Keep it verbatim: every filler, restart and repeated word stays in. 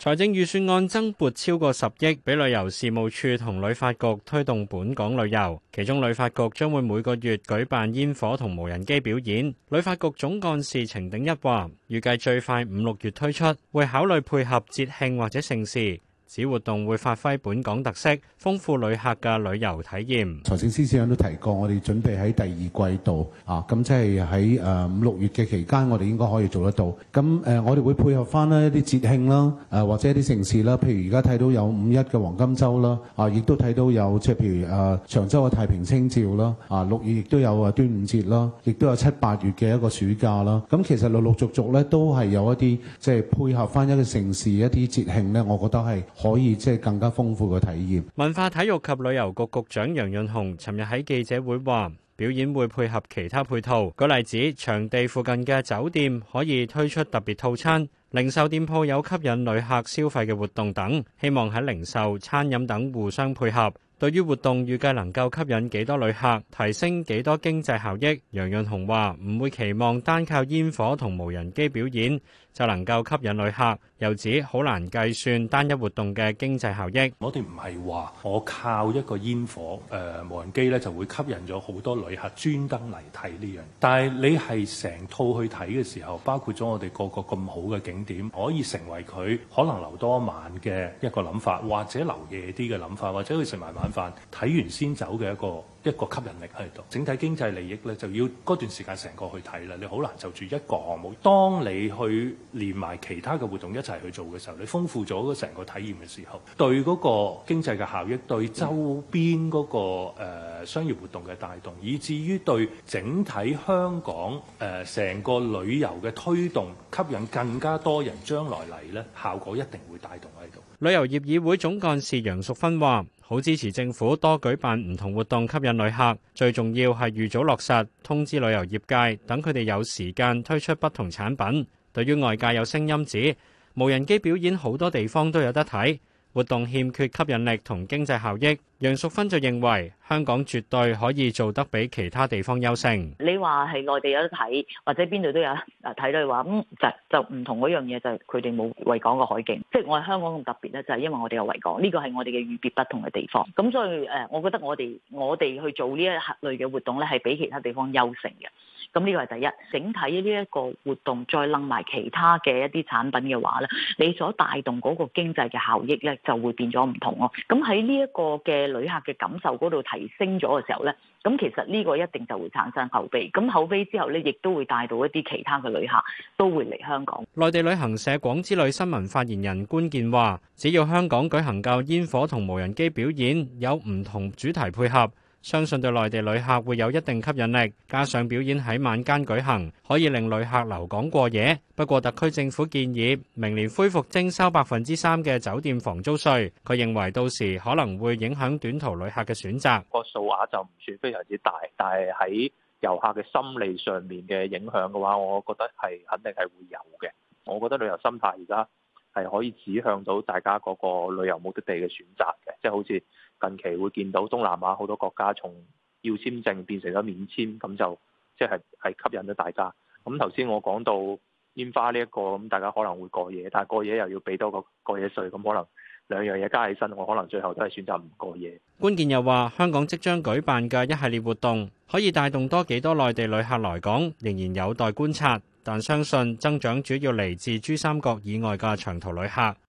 財政預算案增撥超過十億，俾旅遊事務處同旅發局推動本港旅遊。其中旅發局將會每個月舉辦煙火同無人機表演。旅發局總幹事程鼎一話，預計最快五六月推出，會考慮配合節慶或者盛事。此活動會發揮本港特色，豐富旅客嘅旅遊體驗。 財政司司長都提過，我哋準備喺第二季度啊，咁即係喺誒五六月嘅期間，我哋應該可以做得到。咁誒、呃，我哋會配合翻呢一啲節慶啦，誒、啊、或者一啲盛事啦，譬如而家睇到有五一嘅黃金週啦，啊，亦都睇到有即係譬如誒、啊、長洲嘅太平清醮啦，啊六月亦都有啊端午節啦，亦都有七八月嘅一個暑假啦。咁其實陸陸續續咧都係有一啲即係配合翻一個盛事一啲節慶咧，我覺得係可以即係更加豐富嘅體驗。 文化體育及旅遊局局長楊潤雄尋日喺記者會話，表演會配合其他配套，舉例子，場地附近嘅酒店可以推出特別套餐，零售店鋪有吸引旅客消費嘅活動等，希望喺零售、餐飲等互相配合。對於活動預計能夠吸引幾多旅客，提升幾多經濟效益，楊潤雄話唔會期望單靠煙火同無人機表演就能夠吸引旅客，又指好難計算單一活動嘅經濟效益。 我哋唔係話我靠一個煙火、誒、呃、無人機咧就會吸引咗好多旅客專登嚟睇呢樣，但係你係成套去睇嘅時候，包括咗我哋個個咁好嘅景點，可以成為佢可能留多一晚嘅一個諗法，或者留夜啲嘅諗法，或者去食埋晚飯睇完先走嘅一個一個吸引力喺度。整體經濟利益咧就要嗰段時間成個去睇啦，你好難就住一個項目。當你去連埋其他嘅活動一齊去做嘅時候，你豐富咗嗰成個體驗嘅時候，對嗰個經濟嘅效益，對周邊嗰、那個誒、呃、商業活動嘅帶動，以至於對整體香港誒成、呃、個旅遊嘅推動，吸引更加多人將來嚟咧，效果一定會帶動喺度。 旅遊業議會總幹事楊淑芬話，好支持政府多舉辦唔同活動吸引旅客，最重要係預早落實通知旅遊業界，等佢哋有時間推出不同產品。對於外界有聲音指無人機表演好多地方都有得睇，活動欠缺吸引力同經濟效益，楊淑芬就認為香港絕對可以做得比其他地方優勝。 你話係內地有得睇，或者邊度都有睇到嘅話，咁就就唔同嗰樣嘢，就係佢哋冇維港個海景。即係我係香港咁特別咧，就係因為我哋有維港，呢個係我哋嘅與別不同嘅地方。咁所以誒，我覺得我哋我哋去做呢一類嘅活動咧，係比其他地方優勝嘅。咁呢個係第一，整體呢一個活動再冧埋其他嘅一啲產品嘅話咧，你所帶動嗰個經濟嘅效益咧就會變咗唔同咯。咁喺呢一個嘅旅客嘅感受嗰度提升咗嘅時候咧，咁其實呢個一定就會產生口碑。咁口碑之後咧，亦都會帶到一啲其他嘅旅客都會嚟香港。 內地旅行社廣之旅新聞發言人官健話，只要香港舉行夠煙火同無人機表演，有唔同主題配合，相信對內地旅客會有一定吸引力，加上表演喺晚間舉行，可以令旅客留港過夜。不過特區政府建議明年恢復徵收百分之三嘅酒店房租稅，佢認為到時可能會影響短途旅客嘅選擇。 個數額就唔算非常之大，但係喺遊客嘅心理上面嘅影響嘅話，我覺得係肯定係會有嘅。我覺得旅遊心態而家係可以指向到大家嗰個旅遊目的地嘅選擇嘅，即係好似近期會見到東南亞好多國家從要簽證變成咗免簽，咁就即係係吸引咗大家。咁頭先我講到煙花呢一個，咁大家可能會過夜，但係過夜又要俾多個過夜稅，咁可能兩樣嘢加起身，我可能最後都係選擇唔過夜。 關鍵又話，香港即將舉辦嘅一系列活動，可以帶動多幾多內地旅客來港，仍然有待觀察，但相信增長主要嚟自珠三角以外嘅長途旅客。